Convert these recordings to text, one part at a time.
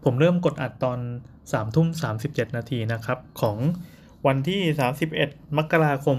ผมเริ่มกดอัดตอน3:37 นาทีนะครับของวันที่31มกราคม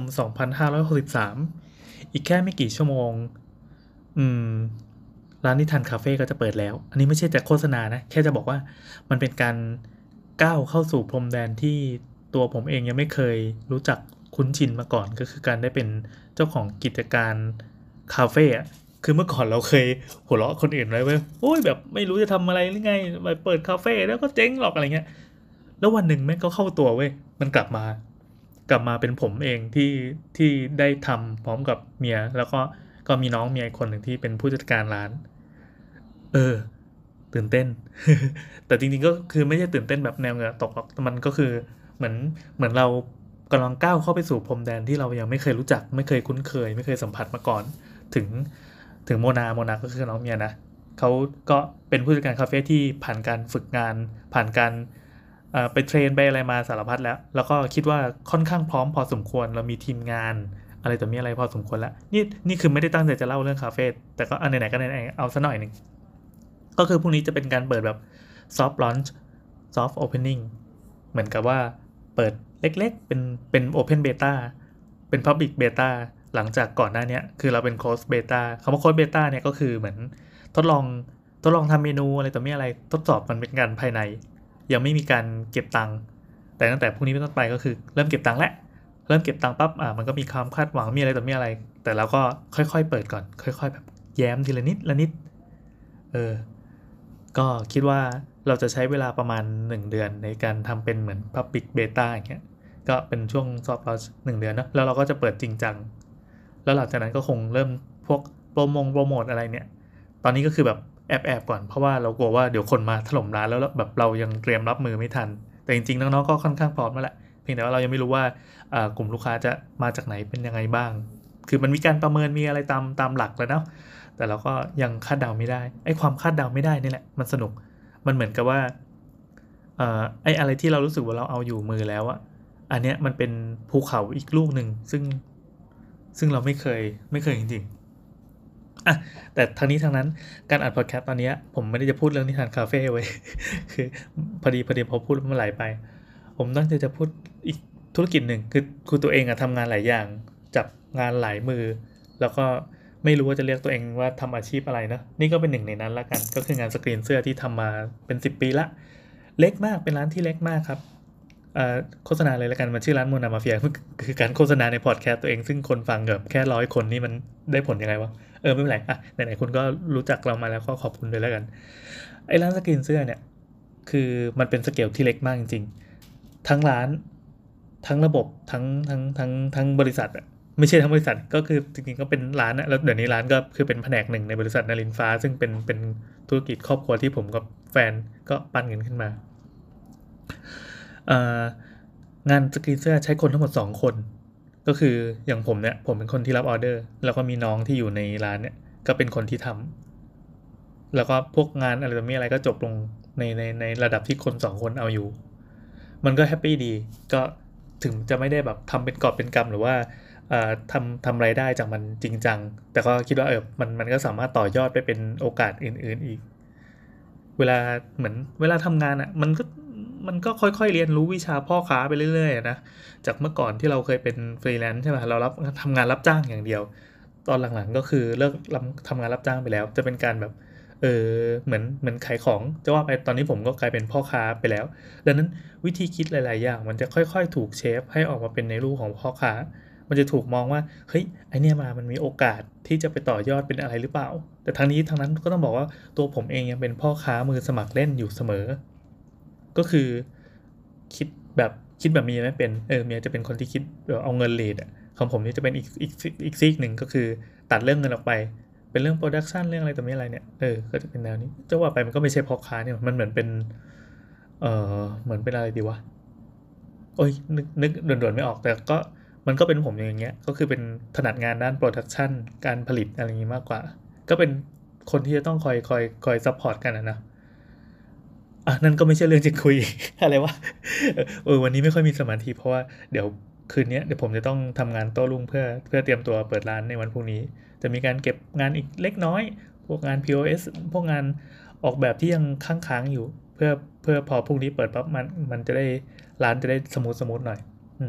2563อีกแค่ไม่กี่ชั่วโมงอืมร้านนิทานคาเฟ่ก็จะเปิดแล้วอันนี้ไม่ใช่แต่โฆษณานะแค่จะบอกว่ามันเป็นการก้าวเข้าสู่พรมแดนที่ตัวผมเองยังไม่เคยรู้จักคุ้นชินมาก่อนก็คือการได้เป็นเจ้าของกิจการคาเฟ่อะคือเมื่อก่อนเราเคยหัวเราะคนอื่นไว้เว้ยโอ้ยแบบไม่รู้จะทำอะไรหรือไงไปเปิดคาเฟ่แล้วก็เจ๊งหรอกอะไรเงี้ยแล้ววันหนึ่งแม่งก็เข้าตัวเว้ยมันกลับมาเป็นผมเองที่ได้ทำพร้อมกับเมียแล้วก็มีน้องเมียอีกคนหนึ่งที่เป็นผู้จัดการร้านเออตื่นเต้น แต่จริงๆก็คือไม่ใช่ตื่นเต้นแบบแนวเหงื่อตกหรอกมันก็คือเหมือนเหมือนเรากำลังก้าวเข้าไปสู่พรมแดนที่เรายังไม่เคยรู้จักไม่เคยคุ้นเคยไม่เคยสัมผัสมาก่อนถึงถึงโมนาก็คือน้องเมียนะเขาก็เป็นผู้จัดการคาเฟ่ที่ผ่านการฝึกงานผ่านการไปเทรนไปอะไรมาสารพัดแล้วก็คิดว่าค่อนข้างพร้อมพอสมควรเรามีทีมงานอะไรต่อมีอะไรพอสมควรแล้วนี่คือไม่ได้ตั้งใจจะเล่าเรื่องคาเฟ่แต่ก็ไหนๆก็ไหนๆเอาซะหน่อยหนึ่งก็คือพรุ่งนี้จะเป็นการเปิดแบบ soft launch soft opening เหมือนกับว่าเปิดเล็กๆเป็น open beta เป็น public beta หลังจากก่อนหน้านี้คือเราเป็น closed beta คำว่า closed beta เนี่ยก็คือเหมือนทดลองทดลองทำเมนูอะไรต่อมีอะไรทดสอบมันเป็นการภายในยังไม่มีการเก็บตังค์แต่ตั้งแต่พรุ่งนี้เป็นต้นไปก็คือเริ่มเก็บตังค์แล้วเริ่มเก็บตังค์ปั๊บมันก็มีความคาดหวังมีอะไรต่อมีอะไรแต่เราก็ค่อยๆเปิดก่อนค่อยๆแบบแย้มทีละนิดละนิดเออ ก็คิดว่าเราจะใช้เวลาประมาณ1เดือนในการทำเป็นเหมือน Public Beta อย่างเงี้ยก็เป็นช่วง Soft Launch 1เดือนเนาะแล้วเราก็จะเปิดจริงจังแล้วหลังจากนั้นก็คงเริ่มพวกโปรโมทอะไรเนี่ยตอนนี้ก็คือแบบแอบก่อนเพราะว่าเรากลัวว่าเดี๋ยวคนมาถล่มร้านแล้วแบบเรายังเตรียมรับมือไม่ทันแต่จริงๆน้องๆก็ค่อนข้างพร้อมแล้วแหละเพียงแต่ว่าเรายังไม่รู้ว่ากลุ่มลูกค้าจะมาจากไหนเป็นยังไงบ้างคือมันมีการประเมินมีอะไรตามหลักแล้วเนาะ แต่เราก็ยังคาดเดาไม่ได้ไอ้ความคาดเดาไม่ได้นี่แหละมันสนุกมันเหมือนกับว่าไอ้อะไรที่เรารู้สึกว่าเราเอาอยู่มือแล้วอะอันเนี้ยมันเป็นภูเขาอีกลูกหนึ่งซึ่งเราไม่เคยจริงๆแต่ทางนี้ทางนั้นการอัดพอดแคสต์ตอนนี้ผมไม่ได้จะพูดเรื่องนิทานคาเฟ่ไว้ยคือพอดีพอพูดมันไหลไปผมตั้งใจจะพูดอีกธุรกิจหนึ่งคือตัวเองอะทำงานหลายอย่างจับงานหลายมือแล้วก็ ไม่รู้ว่าจะเรียกตัวเองว่าทำอาชีพอะไรนะนี่ก็เป็นหนึ่งในนั้นละกันก็คืองานสกรีนเสื้อที่ทำมาเป็น10 ปีละเล็กมากเป็นร้านที่เล็กมากครับโฆษณาเลยละกันมันชื่อร้านโมนามาเฟียคือการโฆษณาในพอดแคสต์ตัวเองซึ่งคนฟังแบบแค่100 คนนี่มันได้ผลยังไงวะไม่เป็นไรไหนๆคุณก็รู้จักเรามาแล้วก็ขอบคุณด้วยแล้วกันไอ้ร้านสกรีนเสื้อเนี่ยคือมันเป็นสเกลที่เล็กมากจริงๆทั้งร้านทั้งระบบทั้งบริษัทอะ ไม่ใช่ทั้งบริษัทก็คือจริงๆก็เป็นร้านนะแล้วเดี๋ยวนี้ร้านก็คือเป็นแผนกหนึ่งในบริษัทนรินทร์ฟ้าซึ่งเป็นธุรกิจครอบครัวที่ผมกับแฟนก็ปั้นเงินขึ้นมาเอ่องานสกรีนเสื้อใช้คนทั้งหมด2 คนก็คืออย่างผมเนี่ยผมเป็นคนที่รับออเดอร์แล้วก็มีน้องที่อยู่ในร้านเนี่ยก็เป็นคนที่ทำแล้วก็พวกงานอะไรต่อมีอะไรก็จบลงในระดับที่คน2 คนเอาอยู่มันก็แฮปปี้ดีก็ถึงจะไม่ได้แบบทำเป็นกอบเป็นกำหรือว่า ทำรายได้จากมันจริงจังแต่ก็คิดว่ามันก็สามารถต่อยอดไปเป็นโอกาสอื่นๆอีกเวลาเหมือนเวลาทำงานอ่ะมันก็ค่อยๆเรียนรู้วิชาพ่อค้าไปเรื่อยๆนะจากเมื่อก่อนที่เราเคยเป็นฟรีแลนซ์ใช่ไหมเราทำงานรับจ้างอย่างเดียวตอนหลังๆก็คือเลิกทำงานรับจ้างไปแล้วจะเป็นการแบบเหมือนขายของจะว่าไปตอนนี้ผมก็กลายเป็นพ่อค้าไปแล้วดังนั้นวิธีคิดหลายๆอย่างมันจะค่อยๆถูกเชฟให้ออกมาเป็นในรูปของพ่อค้า มันจะถูกมองว่าเฮ้ยไอเนี่ยมันมีโอกาสที่จะไปต่อยอดเป็นอะไรหรือเปล่าแต่ทางนี้ทางนั้นก็ต้องบอกว่าตัวผมเองยังเป็นพ่อค้ามือสมัครเล่นอยู่เสมอก็คือคิดแบบคิดแบบเมียไม่เป็นเมียจะเป็นคนที่คิดแบบเอาเงินเลทอะของผมนี่จะเป็นอีกซีกหนึ่งก็คือตัดเรื่องเงินออกไปเป็นเรื่องโปรดักชันเรื่องอะไรต่อมีอะไรเนี่ยก็จะเป็นแนวนี้จะว่าไปมันก็ไม่ใช่พ่อค้าเนี่ยมันเหมือนเป็นเหมือนเป็นอะไรดีวะ โอ๊ยนึกด่วนๆไม่ออกแต่ก็มันก็เป็นผมอย่างเงี้ยก็คือเป็นถนัดงานด้านโปรดักชันการผลิตอะไรอย่างงี้มากกว่าก็เป็นคนที่จะต้องคอยซัพพอร์ตกันนะนั่นก็ไม่ใช่เรื่องจะคุยอะไรวะวันนี้ไม่ค่อยมีสมาธิเพราะว่าเดี๋ยวคืนนี้เดี๋ยวผมจะต้องทำงานโต้รุ่งเพื่อเตรียมตัวเปิดร้านในวันพรุ่งนี้จะมีการเก็บงานอีกเล็กน้อยพวกงาน POS พวกงานออกแบบที่ยังค้างอยู่เพื่อพอพรุ่งนี้เปิดปั๊บมันจะได้ร้านจะได้สมูทหน่อย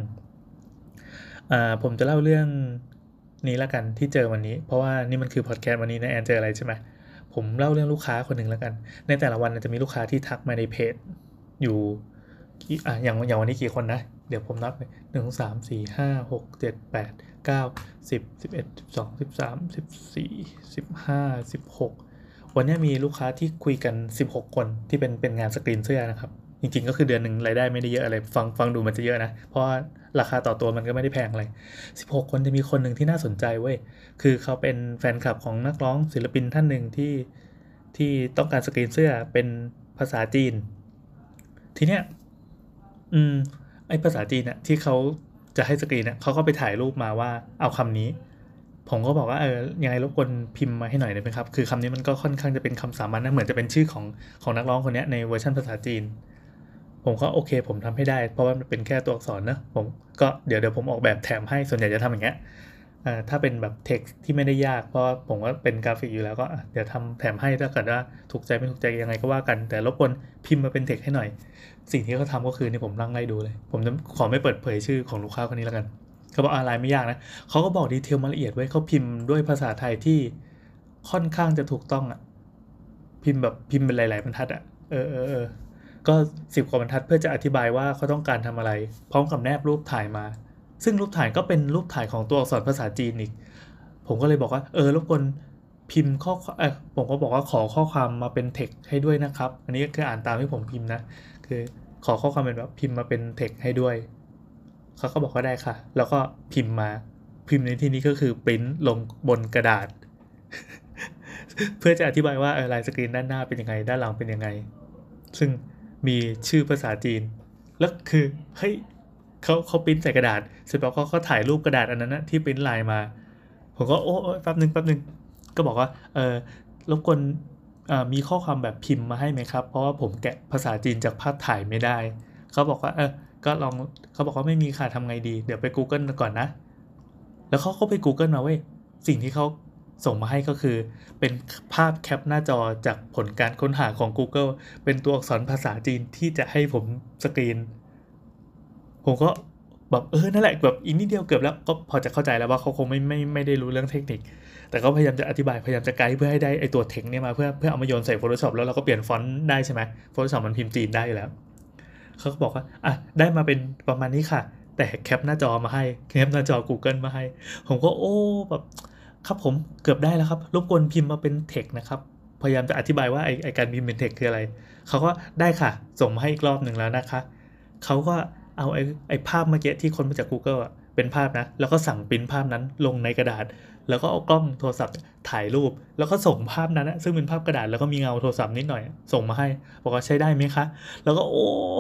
ผมจะเล่าเรื่องนี้ละกันที่เจอวันนี้เพราะว่านี่มันคือพอดแคสต์วันนี้นะแอนเจออะไรใช่ไหมผมเล่าเรื่องลูกค้าคนหนึ่งละกันในแต่ละวันจะมีลูกค้าที่ทักมาในเพจอยู่อย่างวันนี้กี่คนนะเดี๋ยวผมนับเลย1 2 3 4 5 6 7 8 9 10 11 12 13 14 15 16วันนี้มีลูกค้าที่คุยกัน16คนที่เป็นงานสกรีนเสื้อนะครับจริงๆก็คือเดือนหนึ่งรายได้ไม่ได้เยอะอะไรฟังดูมันจะเยอะนะเพราะว่าราคาต่อตัวมันก็ไม่ได้แพงอะไร16คนจะมีคนหนึ่งที่น่าสนใจเว้ยคือเขาเป็นแฟนคลับของนักร้องศิลปินท่านหนึ่งที่ต้องการสกรีนเสื้อเป็นภาษาจีนทีเนี้ยไอภาษาจีนที่เขาจะให้สกรีนเขาก็ไปถ่ายรูปมาว่าเอาคำนี้ผมก็บอกว่ายังไงรบกวนพิมพ์มาให้หน่อยได้ไหมครับคือคำนี้มันก็ค่อนข้างจะเป็นคำสามัญนะเหมือนจะเป็นชื่อของนักร้องคนนี้ในเวอร์ชันภาษาจีนผมก็โอเคผมทำให้ได้เพราะว่ามันเป็นแค่ตัวอักษรนะผมก็เดี๋ยวผมออกแบบแถมให้ส่วนใหญ่จะทำอย่างเงี้ยถ้าเป็นแบบเท็กซ์ที่ไม่ได้ยากเพราะผมก็เป็นกราฟิกอยู่แล้วก็เดี๋ยวทำแถมให้ถ้าเกิดว่าถูกใจไม่ถูกใจยังไงก็ว่ากันแต่รบกวนพิมพ์มาเป็นเท็กซ์ให้หน่อยสิ่งที่เขาทำก็คือนี่ผมนั่งไล่ดูเลยผมจะขอไม่เปิดเผยชื่อของลูกค้าคนนี้แล้วกันเขาบอกอะไรไม่ยากนะเขาก็บอกดีเทลมาละเอียดไว้เขาพิมพ์ด้วยภาษาไทยที่ค่อนข้างจะถูกต้องพิมพ์เป็นหลายๆบรรทัดก็10 กว่าบรรทัดเพื่อจะอธิบายว่าเขาต้องการทำอะไรพร้อมกับแนบรูปถ่ายมาซึ่งรูปถ่ายก็เป็นรูปถ่ายของตัวอักษรภาษาจีนอีกผมก็เลยบอกว่ารบกวนพิมพ์ข้อผมก็บอกว่าขอข้อความมาเป็นเท็กซ์ให้ด้วยนะครับอันนี้คืออ่านตามที่ผมพิมพ์นะคือขอข้อความเป็นแบบพิมพ์มาเป็นเท็กซ์ให้ด้วยเขาก็บอกว่าได้ค่ะแล้วก็พิมพ์ในที่นี้ก็คือปริ้นลงบนกระดาษ เพื่อจะอธิบายว่าลายสกรีนด้านหน้าเป็นยังไงด้านหลังเป็นยังไงซึ่งมีชื่อภาษาจีนแล้วคือเฮ้ยเขาปริ้นใส่กระดาษเสร็จแล้วก็ถ่ายรูปกระดาษอันนั้นนะที่ปริ้นลายมาผมก็โอ้แป๊บนึงก็บอกว่ารบกวนมีข้อความแบบพิมพ์มาให้ไหมครับเพราะว่าผมแกะภาษาจีนจากภาพถ่ายไม่ได้เขาบอกว่าก็ลองเขาบอกว่าไม่มีค่ะทำไงดีเดี๋ยวไป Google ก่อนนะแล้วเขาก็ไป Google มาเว้ยสิ่งที่เขาส่งมาให้ก็คือเป็นภาพแคปหน้าจอจากผลการค้นหาของ Google เป็นตัวอักษรภาษาจีนที่จะให้ผมสกรีนผมก็แบบนั่นแหละแบบอีกนิดเดียวเกือบแล้วก็พอจะเข้าใจแล้วว่าเขาคงไม่ได้รู้เรื่องเทคนิคแต่ก็พยายามจะอธิบายพยายามจะไกด์เพื่อให้ได้ไอตัวเทคเนี่ยมาเพื่อเอามาโยนใส่ Photoshop แล้วเราก็เปลี่ยนฟอนต์ได้ใช่ไหม Photoshop มันพิมพ์จีนได้อยู่แล้วเขาก็บอกว่าได้มาเป็นประมาณนี้ค่ะแต่แคปหน้าจอมาให้แคปหน้าจอ Google มาให้ผมก็แบบครับผมเกือบได้แล้วครับรบกวนพิมพ์มาเป็นเทคนะครับพยายามจะอธิบายว่าไอการพิมพ์เป็นเทคคืออะไรเขาก็ได้ค่ะส่งมาให้อีกรอบหนึ่งแล้วนะคะเขาก็เอาไอภาพเมื่อกี้ที่ค้นมาจาก Google เป็นภาพนะแล้วก็สั่งปริ้นภาพนั้นลงในกระดาษแล้วก็เอากล้องโทรศัพท์ถ่ายรูปแล้วก็ส่งภาพนั้นซึ่งเป็นภาพกระดาษแล้วก็มีเงาโทรศัพท์นิดหน่อยส่งมาให้บอกว่าใช้ได้ไหมคะแล้วก็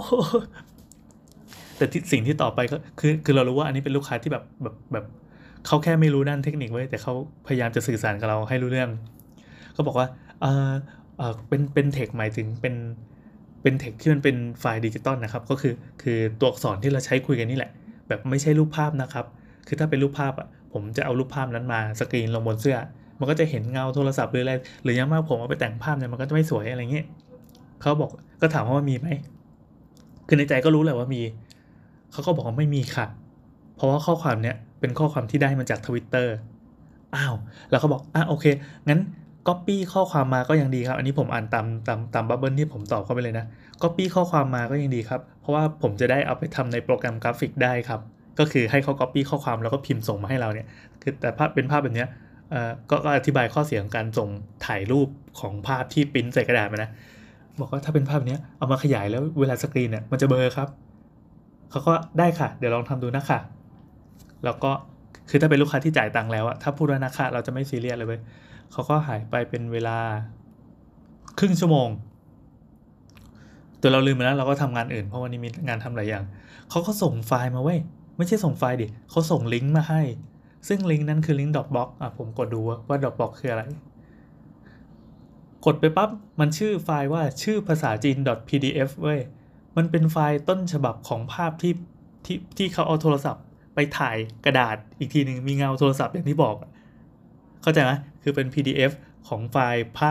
แต่สิ่งที่ต่อไปก็คือเรารู้ว่าอันนี้เป็นลูกค้าที่แบบเขาแค่ไม่รู้ด้านเทคนิคเว้ยแต่เขาพยายามจะสื่อสารกับเราให้รู้เรื่องเขาบอกว่าเป็นเทคหมายถึงเป็นเทคที่มันเป็นไฟล์ดิจิตอลนะครับก็คือตัวอักษรที่เราใช้คุยกันนี่แหละแบบไม่ใช่รูปภาพนะครับคือถ้าเป็นรูปภาพผมจะเอารูปภาพนั้นมาสกรีนลงบนเสื้อมันก็จะเห็นเงาโทรศัพท์หรืออะไรหรือยังมากผมเอาไปแต่งภาพเนี่ยมันก็จะไม่สวยอะไรเงี้ยเขาบอกก็ถามว่ามีไหมคือในใจก็รู้แหละว่ามีเขาก็บอกว่าไม่มีค่ะเพราะว่าข้อความเนี้ยเป็นข้อความที่ได้มาจาก Twitter แล้วเขาบอกโอเคงั้น Copy ข้อความมาก็ยังดีครับอันนี้ผมอ่านตามบับเบิ้ลที่ผมตอบเข้าไปเลยนะ Copy ข้อความมาก็ยังดีครับเพราะว่าผมจะได้เอาไปทำในโปรแกรมกราฟิกได้ครับก็คือให้เขา Copy ข้อความแล้วก็พิมพ์ส่งมาให้เราเนี่ยคือแต่ภาพเป็นภาพแบบเนี้ยก็อธิบายข้อเสียของการส่งถ่ายรูปของภาพที่ปริ้นใส่กระดาษมานะบอกว่าถ้าเป็นภาพนี้เอามาขยายแล้วเวลาสกรีนเนี่ยมันจะเบลอครับเขาก็ได้ค่ะเดี๋ยวลองทำดูนะค่ะแล้วก็คือถ้าเป็นลูกค้าที่จ่ายตังค์แล้วถ้าพูดว่านะคะเราจะไม่ซีเรียสเลยเว้ยเขาก็หายไปเป็นเวลาครึ่งชั่วโมงตัวเราลืมไปแล้วเราก็ทำงานอื่นเพราะวันนี้มีงานทำหลายอย่างเขาก็ส่งไฟล์มาเว้ยไม่ใช่ส่งไฟล์ดิเขาส่งลิงก์มาให้ซึ่งลิงก์นั้นคือลิงก์ Dropbox ผมกดดูว่า Dropbox คืออะไรกดไปปั๊บมันชื่อไฟล์ว่าชื่อภาษาจีน .pdf เว้ยมันเป็นไฟล์ต้นฉบับของภาพที่เขาเอาโทรศัพท์ไปถ่ายกระดาษอีกทีหนึ่งมีเงาโทรศัพท์อย่างที่บอกเข้าใจไหมคือเป็น PDF ของไฟล์ภาพ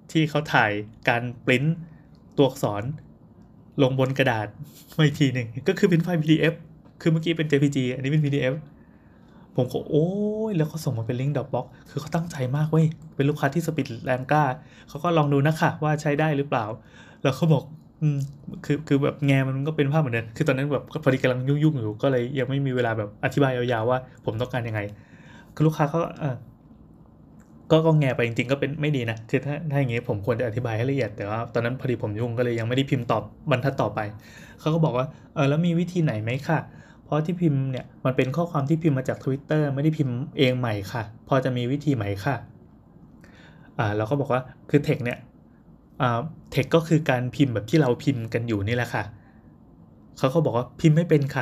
ที่เขาถ่ายการปริ้นตัวอักษรลงบนกระดาษมาอีกทีหนึ่งก็คือเป็นไฟล์ PDF คือเมื่อกี้เป็น JPG อันนี้เป็น PDF ผมก็โอ้ยแล้วเขาส่งมาเป็นลิงก์ Dropbox คือเขาตั้งใจมากเว้ยเป็นลูกค้าที่สปิริตแรงกล้าเขาก็ลองดูนะคะว่าใช้ได้หรือเปล่าแล้วเขาบอกคือแบบแงมันก็เป็นภาพเหมือนเดิมคือตอนนั้นแบบพอดีกำลังยุ่งอยู่ก็เลยยังไม่มีเวลาแบบอธิบายยาวๆว่าผมต้องการยังไงคือลูกค้าเขาก็แงไปจริงๆก็เป็นไม่ดีนะคือถ้าอย่างงี้ผมควรจะอธิบายให้ละเอียดแต่ว่าตอนนั้นพอดีผมยุ่งก็เลยยังไม่ได้พิมพ์ตอบบรรทัดต่อไปเขาก็บอกว่าแล้วมีวิธีไหนไหมค่ะเพราะที่พิมพ์เนี่ยมันเป็นข้อความที่พิมพ์มาจาก Twitter ไม่ได้พิมพ์เองใหม่ค่ะพอจะมีวิธีไหมค่ะเราก็บอกว่าคือเทคเนี่ยเทคก็คือการพิมพ์แบบที่เราพิมพ์กันอยู่นี่แหละค่ะเขาก็บอกว่าพิมพ์ไม่เป็นค่ะ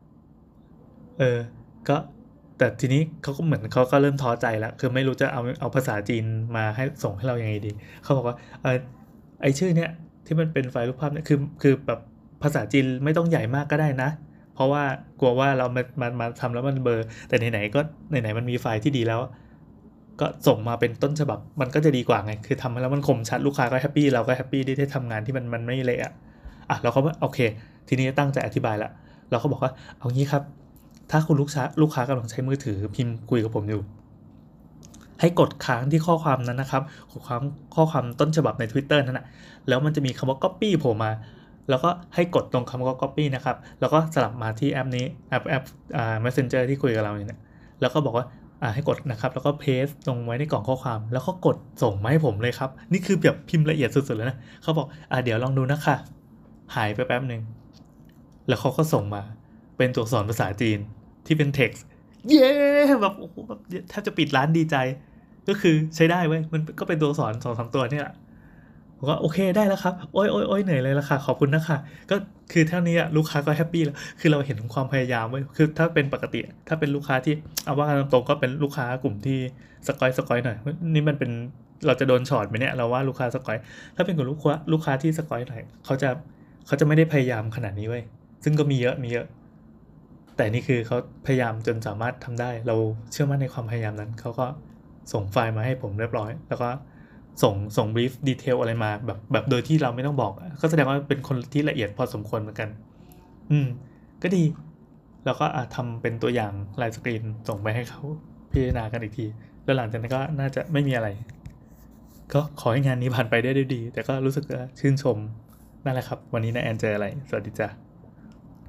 ก็แต่ทีนี้เขาก็เหมือนเขาก็เริ่มท้อใจแล้วคือไม่รู้จะเอาภาษาจีนมาให้ส่งให้เรายังไงดีเขาบอกว่าไอชื่อเนี้ยที่มันเป็นไฟล์รูปภาพเนี่ยคือแบบภาษาจีนไม่ต้องใหญ่มากก็ได้นะเพราะว่ากลัวว่าเรามาทำแล้วมันเบลอแต่ไหนๆก็ไหนๆมันมีไฟล์ที่ดีแล้วก็ส่งมาเป็นต้นฉบับมันก็จะดีกว่าไงคือทำแล้วมันคมชัดลูกค้าก็แฮปปี้เราก็แฮปปี้ได้ทำงานที่มันไม่เละเราก็โอเคทีนี้ตั้งใจอธิบายละเราก็บอกว่าเอางี้ครับถ้าคุณลูกค้ากำลังใช้มือถือพิมพ์คุยกับผมอยู่ให้กดค้างที่ข้อความนั้นนะครับข้อความต้นฉบับใน Twitter นั่นนะแล้วมันจะมีคำว่า copy โผล่มาแล้วก็ให้กดตรงคำว่า copy นะครับแล้วก็สลับมาที่แอปนี้แอปMessenger ที่คุยกับเราเนี่ยแล้วก็บอกว่าให้กดนะครับแล้วก็เพสตรงไว้ในกล่องข้อความแล้วก็กดส่งมาให้ผมเลยครับนี่คือแบบพิมพ์ละเอียดสุดๆเลยนะเขาบอกเดี๋ยวลองดูนะคะหายไปแป๊บนึงแล้วเขาก็ส่งมาเป็นตัวอักษรภาษาจีนที่เป็น text เย้แบบโอ้โหแบบแทบจะปิดร้านดีใจก็คือใช้ได้เว้ยมันก็เป็นตัวอักษร2-3ตัวเนี่ยผมก็โอเคได้แล้วครับโอ้ยเหนื่อยเลยละค่ะขอบคุณนะคะก็คือเท่านี้ลูกค้าก็แฮปปี้แล้วคือเราเห็นความพยายามเว้ยคือถ้าเป็นปกติถ้าเป็นลูกค้าที่เอาว่าตรงๆก็เป็นลูกค้ากลุ่มที่สกอยหน่อยนี่มันเป็นเราจะโดนช็อตไหมเนี่ยเราว่าลูกค้าสกอยถ้าเป็นกลุ่มลูกค้าที่สกอยหน่อยเขาจะไม่ได้พยายามขนาดนี้เว้ยซึ่งก็มีเยอะแต่นี่คือเขาพยายามจนสามารถทำได้เราเชื่อมั่นในความพยายามนั้นเขาก็ส่งไฟล์มาให้ผมเรียบร้อยแล้วก็ส่ง brief detail อะไรมาแบบโดยที่เราไม่ต้องบอกก็แสดงว่าเป็นคนที่ละเอียดพอสมควรเหมือนกันก็ดีแล้วก็ทำเป็นตัวอย่างลายสกรีนส่งไปให้เขาพิจารณากันอีกทีแล้วหลังจากนั้นก็น่าจะไม่มีอะไรก็ขอให้งานนี้ผ่านไปได้ด้วยดีแต่ก็รู้สึกชื่นชมนั่นแหละครับวันนี้นะแอนเจออะไรสวัสดีจ้ะ